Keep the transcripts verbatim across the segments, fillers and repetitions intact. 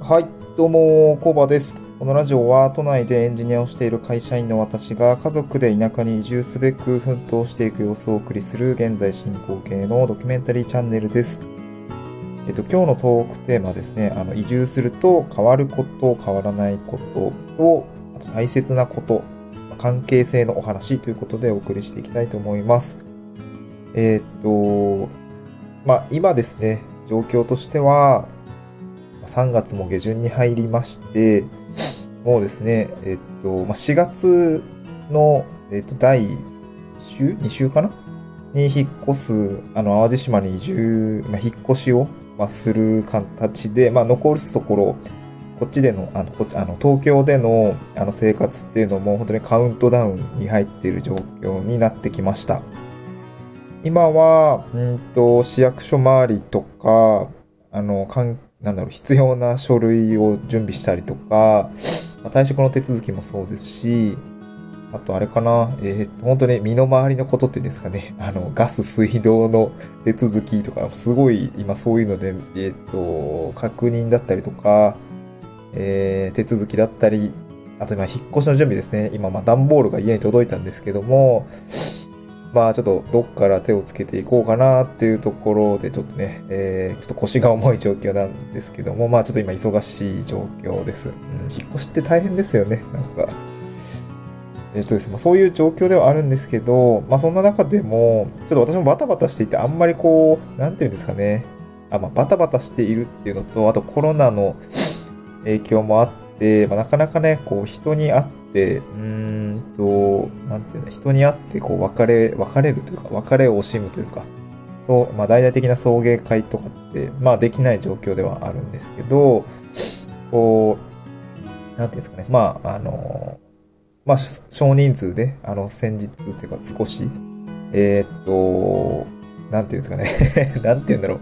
はい、どうも、コーバです。このラジオは都内でエンジニアをしている会社員の私が家族で田舎に移住すべく奮闘していく様子をお送りする現在進行形のドキュメンタリーチャンネルです。えっと、今日のトークテーマはですね、あの、移住すると変わること、変わらないことと、あと大切なこと、関係性のお話ということでお送りしていきたいと思います。えっと、まあ、今ですね、状況としては、さんがつも下旬に入りまして、もうですね、えっと、まあ、しがつの、えっと、だいいっしゅう に 週かなに引っ越す、あの、淡路島に移住、まあ、引っ越しを、まあ、する形で、まあ、残すところ、こっちでの、あの、こあの東京での、あの、生活っていうのも、本当にカウントダウンに入っている状況になってきました。今は、うんと、市役所周りとか、あの、かんなんだろう、必要な書類を準備したりとか、まあ、退職の手続きもそうですし、あとあれかな、えー、っと、本当に身の回りのことっていうんですかね、あの、ガス、水道の手続きとか、すごい今そういうので、えー、っと、確認だったりとか、えー、手続きだったり、あと今、引っ越しの準備ですね。今、まあ、段ボールが家に届いたんですけども、まあちょっとどっから手をつけていこうかなっていうところでちょっとね、えー、ちょっと腰が重い状況なんですけども、まあちょっと今忙しい状況です。うん、引っ越しって大変ですよね、なんか。えっとですね、まあそういう状況ではあるんですけど、まあそんな中でも、ちょっと私もバタバタしていてあんまりこう、なんていうんですかね、あ、まあバタバタしているっていうのと、あとコロナの影響もあって、まあなかなかね、こう人に会って、うーんと、なんていうの、人に会ってこう別れ、別れるというか、別れを惜しむというか、そう、まあ大々的な送迎会とかって、まあできない状況ではあるんですけど、こう、なんていうんですかね、まあ、あの、まあ少人数で、あの、先日っていうか少し、えーっと、なんていうんですかね、なんていうんだろう、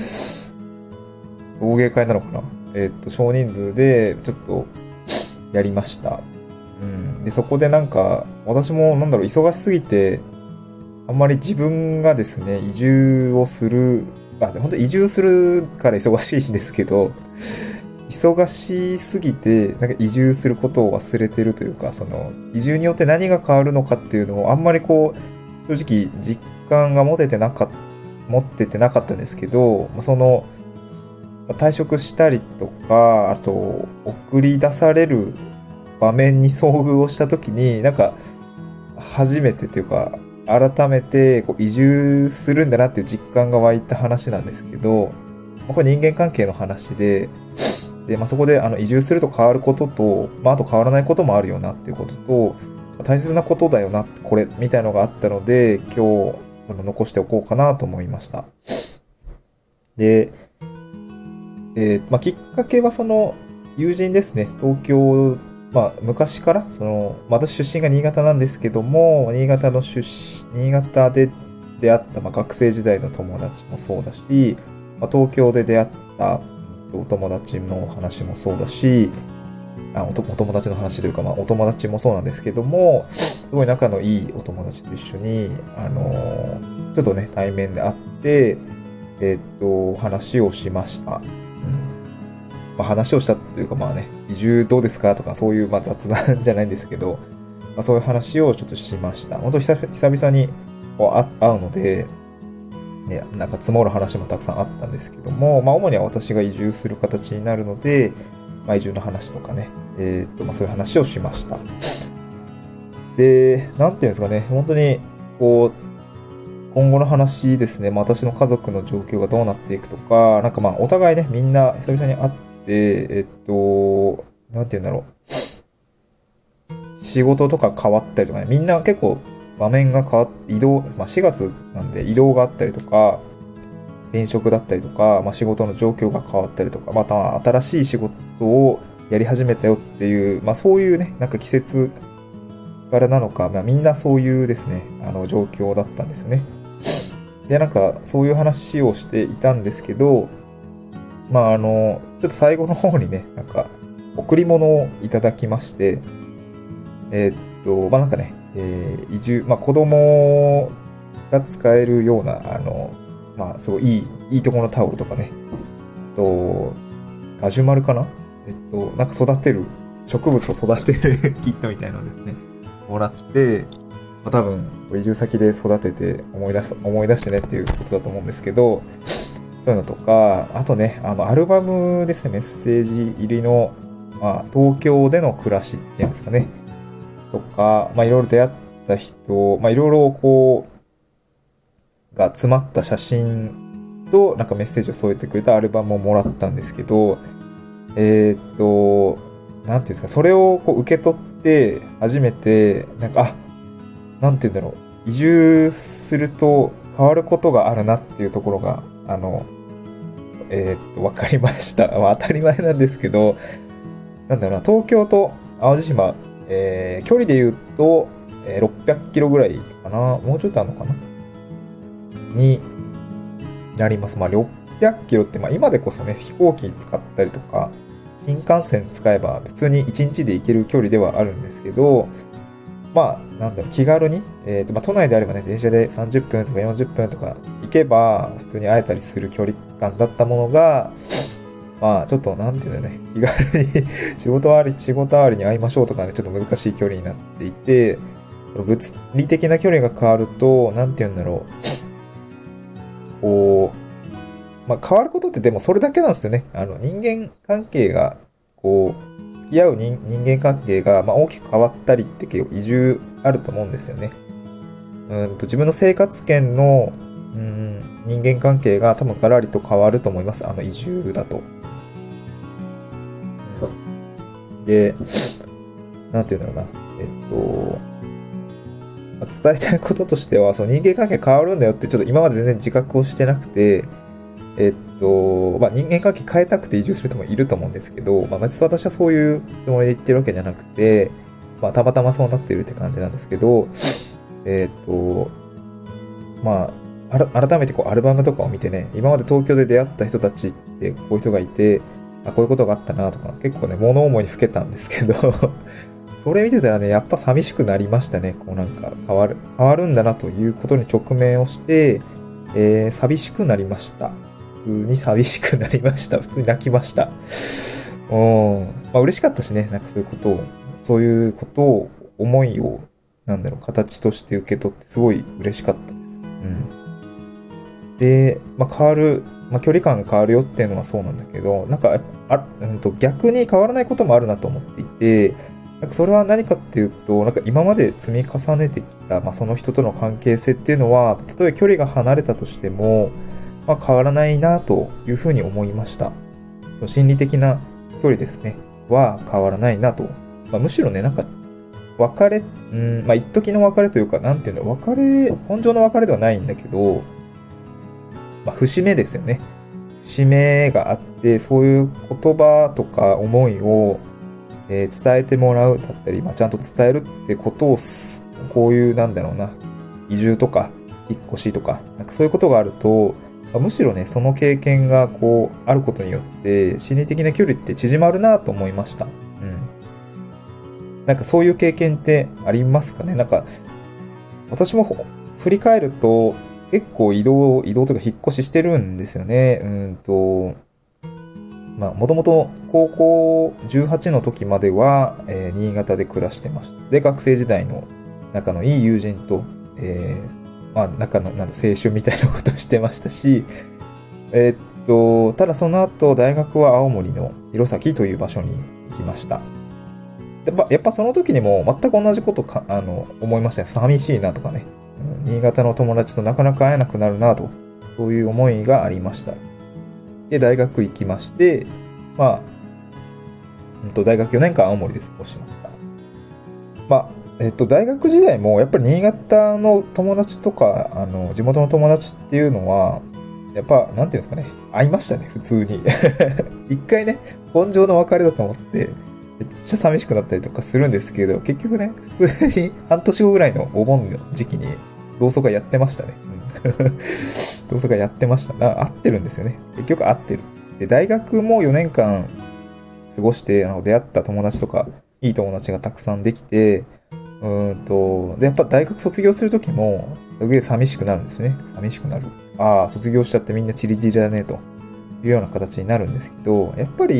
送迎会なのかな、えーっと、少人数でちょっとやりました。うん。で、そこでなんか、私もなんだろう、忙しすぎて、あんまり自分がですね、移住をする、あ、本当移住するから忙しいんですけど、忙しすぎて、なんか移住することを忘れてるというか、その、移住によって何が変わるのかっていうのをあんまりこう、正直実感が持ててなかった、持っててなかったんですけど、その、退職したりとか、あと、送り出される場面に遭遇をしたときに、なんか、初めてというか、改めてこう移住するんだなっていう実感が湧いた話なんですけど、これ人間関係の話で、で、まあ、そこであの移住すると変わることと、まあ、あと変わらないこともあるよなっていうことと、大切なことだよな、これ、みたいなのがあったので、今日、その残しておこうかなと思いました。で、えーまあ、きっかけはその、友人ですね。東京、まあ、昔から、その、私出身が新潟なんですけども、新潟の出身、新潟で出会った、まあ、学生時代の友達もそうだし、まあ、東京で出会ったお友達の話もそうだし、あお、お友達の話というか、まあ、お友達もそうなんですけども、すごい仲のいいお友達と一緒に、あのー、ちょっとね、対面で会って、えーっと、話をしました。まあ、話をしたというか、まあね、移住どうですかとか、そういうまあ雑談じゃないんですけど、まあ、そういう話をちょっとしました。本当久々にこう会うので、ね、なんか積もる話もたくさんあったんですけども、まあ主には私が移住する形になるので、まあ移住の話とかね、えー、っと、まあそういう話をしました。で、なんていうんですかね、本当に、こう、今後の話ですね、まあ私の家族の状況がどうなっていくとか、なんかまあお互いね、みんな久々に会って、えっと、なんて言うんだろう。仕事とか変わったりとかね、みんな結構場面が変わっ、移動、まあしがつなんで移動があったりとか、転職だったりとか、まあ仕事の状況が変わったりとか、また新しい仕事をやり始めたよっていう、まあそういうね、なんか季節からなのか、まあみんなそういうですね、あの状況だったんですよね。で、なんかそういう話をしていたんですけど、まああの、ちょっと最後の方にね、なんか、贈り物をいただきまして、えーっと、まあなんかね、えー移住、まあ子供が使えるような、あの、まあすごいいい、いいところのタオルとかね、あと、ガジュマルかなえっと、なんか育てる、植物を育てるキットみたいなのですね、もらって、まあ、多分、移住先で育てて思い出す、思い出してねっていうことだと思うんですけど、そういうのとか、あとね、あの、アルバムですね、メッセージ入りの、まあ、東京での暮らしっていうんですかね、とか、まあ、いろいろ出会った人、まあ、いろいろこう、が詰まった写真と、なんかメッセージを添えてくれたアルバムをもらったんですけど、えーっと、なんていうんですか、それをこう受け取って、初めて、なんか、あ、なんていうんだろう、移住すると変わることがあるなっていうところが、あの、えーっと、わかりました。まあ、当たり前なんですけど、なんだろうな、東京と淡路島、えー、距離で言うと、えーろっぴゃくキロぐらいかな、もうちょっとあるのかなになります。まあ、ろっぴゃくキロって、まあ、今でこそね、飛行機使ったりとか、新幹線使えば普通にいちにちで行ける距離ではあるんですけど、まあ、なんだろう、気軽に、えっと、まあ、都内であればね、電車でさんじゅっぷんとかよんじゅっぷんとか行けば、普通に会えたりする距離感だったものが、まあ、ちょっと、なんていうのね、気軽に仕事終わり、仕事終わりに会いましょうとかね、ちょっと難しい距離になっていて、物理的な距離が変わると、なんていうんだろう、こう、まあ、変わることってでもそれだけなんですよね。あの、人間関係が、こう、付き合う人人間関係が、まあ、大きく変わったりって結構移住あると思うんですよね。うんと、自分の生活圏の、うん、人間関係が多分ガラリと変わると思います。あの、移住だと。で、なんていうんだろうな。えっと、伝えたいこととしては、その人間関係変わるんだよってちょっと今まで全然自覚をしてなくて、えっと、まあ、人間関係変えたくて移住する人もいると思うんですけど、まあ、別に私はそういうつもりで言ってるわけじゃなくて、まあ、たまたまそうなっているって感じなんですけど、えっと、まあ、改めてこうアルバムとかを見てね、今まで東京で出会った人たちってこういう人がいて、あ、こういうことがあったなとか、結構ね、物思いにふけたんですけど、それ見てたらね、やっぱ寂しくなりましたね。こうなんか変わる、変わるんだなということに直面をして、えー、寂しくなりました。普通に寂しくなりました。普通に泣きました。うん。まあ嬉しかったしね、なんかそういうことを、そういうことを、思いを、なんだろう、形として受け取ってすごい嬉しかったです。うん。で、まあ変わる、まあ距離感が変わるよっていうのはそうなんだけど、なんか、あ、うんと逆に変わらないこともあるなと思っていて、なんかそれは何かっていうと、なんか今まで積み重ねてきた、まあその人との関係性っていうのは、たとえ距離が離れたとしても、まあ変わらないなというふうに思いました。その心理的な距離ですね、は変わらないなと。まあむしろね、なんか、別れ、うん、まあ一時の別れというか、なんていうんだ、別れ、本上の別れではないんだけど、まあ節目ですよね。節目があって、そういう言葉とか思いを、えー、伝えてもらうだったり、まあ、ちゃんと伝えるってことを、こういう、なんだろうな、移住とか、引っ越しとか、なんかそういうことがあると、まあ、むしろね、その経験がこう、あることによって、心理的な距離って縮まるなと思いました。うん。なんかそういう経験ってありますかね？なんか、私も振り返ると、結構移動、移動とか引っ越ししてるんですよね。うんと、まあ、もともと高校じゅうはちの時までは、えー、新潟で暮らしてました。で、学生時代の仲のいい友人と、えー、まあ、仲の、なん青春みたいなことをしてましたし、えー、っと、ただその後、大学は青森の弘前という場所に行きました。でやっぱその時にも全く同じことか、あの、思いましたね。寂しいなとかね。うん、新潟の友達となかなか会えなくなるなと、そういう思いがありました。で、大学行きまして、まあ、うんと、大学よねんかん青森で過ごしました。まあ、えっと、大学時代も、やっぱり新潟の友達とか、あの、地元の友達っていうのは、やっぱ、なんていうんですかね、会いましたね、普通に。一回ね、本上の別れだと思って、めっちゃ寂しくなったりとかするんですけど、結局ね、普通に半年後ぐらいのお盆の時期に、同窓会やってましたね。同窓会やってました。な、合ってるんですよね。結局合ってる。で、大学もよねんかん過ごして、あの、出会った友達とか、いい友達がたくさんできて、うーんと、で、やっぱ大学卒業するときも、すげえ寂しくなるんですね。寂しくなる。ああ、卒業しちゃってみんなチリチリだね、というような形になるんですけど、やっぱり、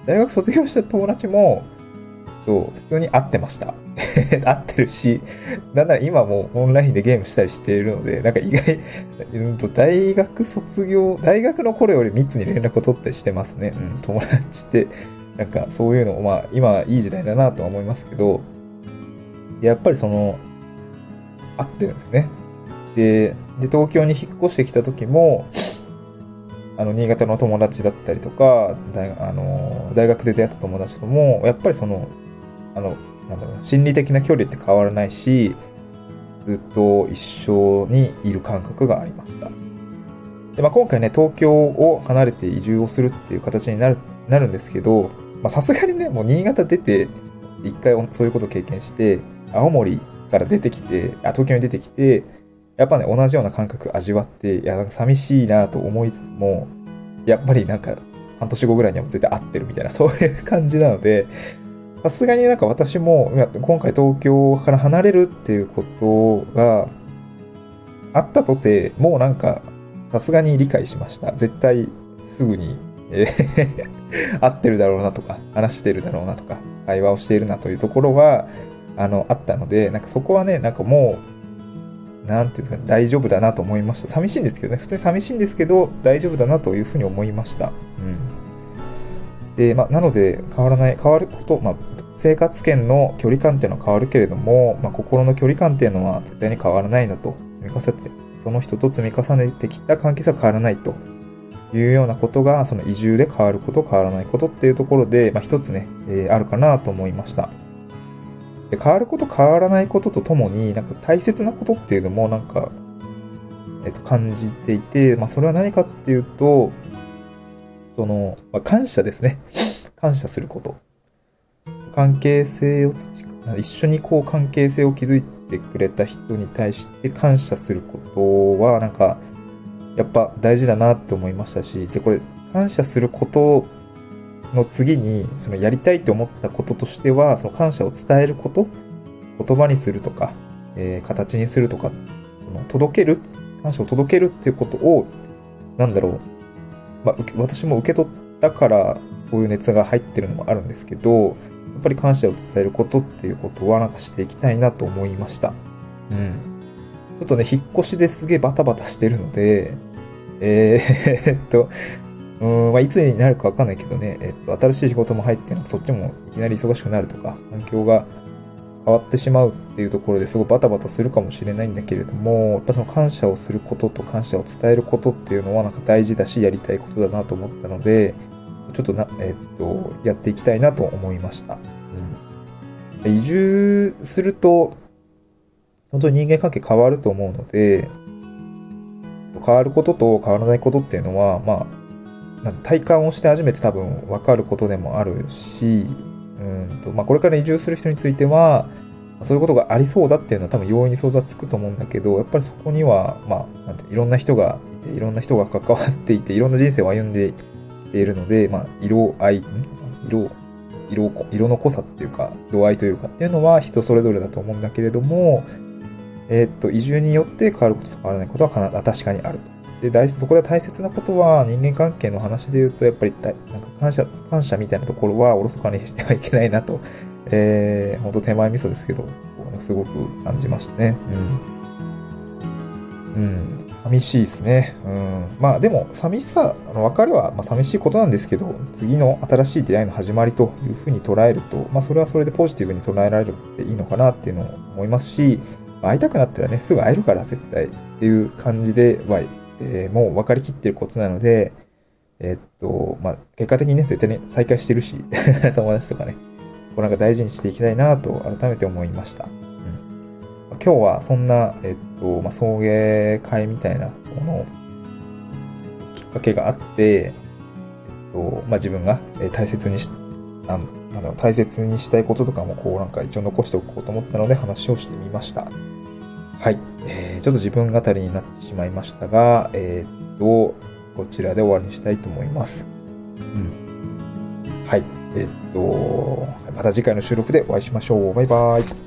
大学卒業した友達も、普通に会ってました。会ってるし、なんなら今もオンラインでゲームしたりしているので、なんか意外、うんと大学卒業、大学の頃より密に連絡を取ったりしてますね。うん、友達って、なんかそういうのも、まあ今いい時代だなとは思いますけど、やっぱりその、会ってるんですよね。で、で、東京に引っ越してきた時も、あの、新潟の友達だったりとか、大あの大学で出会った友達とも、やっぱりその、あの、なんだろう、心理的な距離って変わらないし、ずっと一緒にいる感覚がありました。で、まあ、今回ね、東京を離れて移住をするっていう形になる、なるんですけど、まあ、さすがにね、もう新潟出て、一回そういうことを経験して、青森から出てきて、あ、東京に出てきて、やっぱね、同じような感覚味わって、いや、なんか寂しいなと思いつつも、やっぱりなんか、半年後ぐらいには絶対会ってるみたいな、そういう感じなので、さすがになんか私も、今回東京から離れるっていうことがあったとて、もうなんか、さすがに理解しました。絶対すぐに、えー、会ってるだろうなとか、話してるだろうなとか、会話をしているなというところは、あの、あったので、なんかそこはね、なんかもう、なんていうんですかね、大丈夫だなと思いました。寂しいんですけどね、普通に寂しいんですけど、大丈夫だなというふうに思いました。うん。で、まあ、なので、変わらない、変わること、まあ、生活圏の距離感っていうのは変わるけれども、まあ、心の距離感っていうのは絶対に変わらないなと、積み重ねて、その人と積み重ねてきた関係性は変わらないというようなことが、その移住で変わること、変わらないことっていうところで、まあ、一つね、えー、あるかなと思いました。で、変わること、変わらないこととともに、なんか大切なことっていうのも、なんか、えっと、感じていて、まあ、それは何かっていうと、その、まあ、感謝ですね。感謝すること。関係性を培う、一緒にこう関係性を築いてくれた人に対して感謝することは、なんか、やっぱ大事だなって思いましたし、で、これ、感謝することの次に、そのやりたいって思ったこととしては、その感謝を伝えること、言葉にするとか、えー、形にするとか、その届ける、感謝を届けるっていうことを、なんだろう、まあ、私も受け取ったからそういう熱が入ってるのもあるんですけど、やっぱり感謝を伝えることっていうことはなんかしていきたいなと思いました。うん。ちょっとね、引っ越しですげえバタバタしてるので、えー、っと、うーん、まあ、いつになるかわかんないけどね、えっと、新しい仕事も入ってるのそっちもいきなり忙しくなるとか、環境が変わってしまうっていうところですごいバタバタするかもしれないんだけれども、やっぱその感謝をすることと感謝を伝えることっていうのはなんか大事だしやりたいことだなと思ったので、ちょっとな、えっと、やっていきたいなと思いました。うん。移住すると、本当に人間関係変わると思うので、変わることと変わらないことっていうのは、まあ、体感をして初めて多分分かることでもあるし、うんと、まあ、これから移住する人については、そういうことがありそうだっていうのは多分容易に想像はつくと思うんだけど、やっぱりそこには、まあ、なんていろんな人がいて、いろんな人が関わっていて、いろんな人生を歩んできているので、まあ、色合い、色、色、色の濃さっていうか、度合いというかっていうのは人それぞれだと思うんだけれども、えー、っと、移住によって変わることと変わらないことはかな確かにあると。で、大そこで大切なことは人間関係の話で言うと、やっぱりなんか感謝、感謝みたいなところはおろそかにしてはいけないなと、えー、ほんと手前味噌ですけど、すごく感じましたね。うん。うん。寂しいですね。うん。まあでも、寂しさ、あの、別れは、まあ寂しいことなんですけど、次の新しい出会いの始まりというふうに捉えると、まあそれはそれでポジティブに捉えられるっていいのかなっていうのを思いますし、まあ、会いたくなったらね、すぐ会えるから絶対っていう感じで、まあ、えー、もう分かりきってることなので、えー、っと、まあ、結果的にね、絶対に再会してるし、友達とかね、こうなんか大事にしていきたいなと改めて思いました。うん。まあ、今日はそんな、えー、っと、まあ、送迎会みたいな、その、えっと、きっかけがあって、えっと、まあ、自分が大切にし、ああの大切にしたいこととかもこうなんか一応残しておこうと思ったので話をしてみました。はい。えー、ちょっと自分語りになってしまいましたが、えー、っと、こちらで終わりにしたいと思います。うん。はい。えー、っと、また次回の収録でお会いしましょう。バイバイ。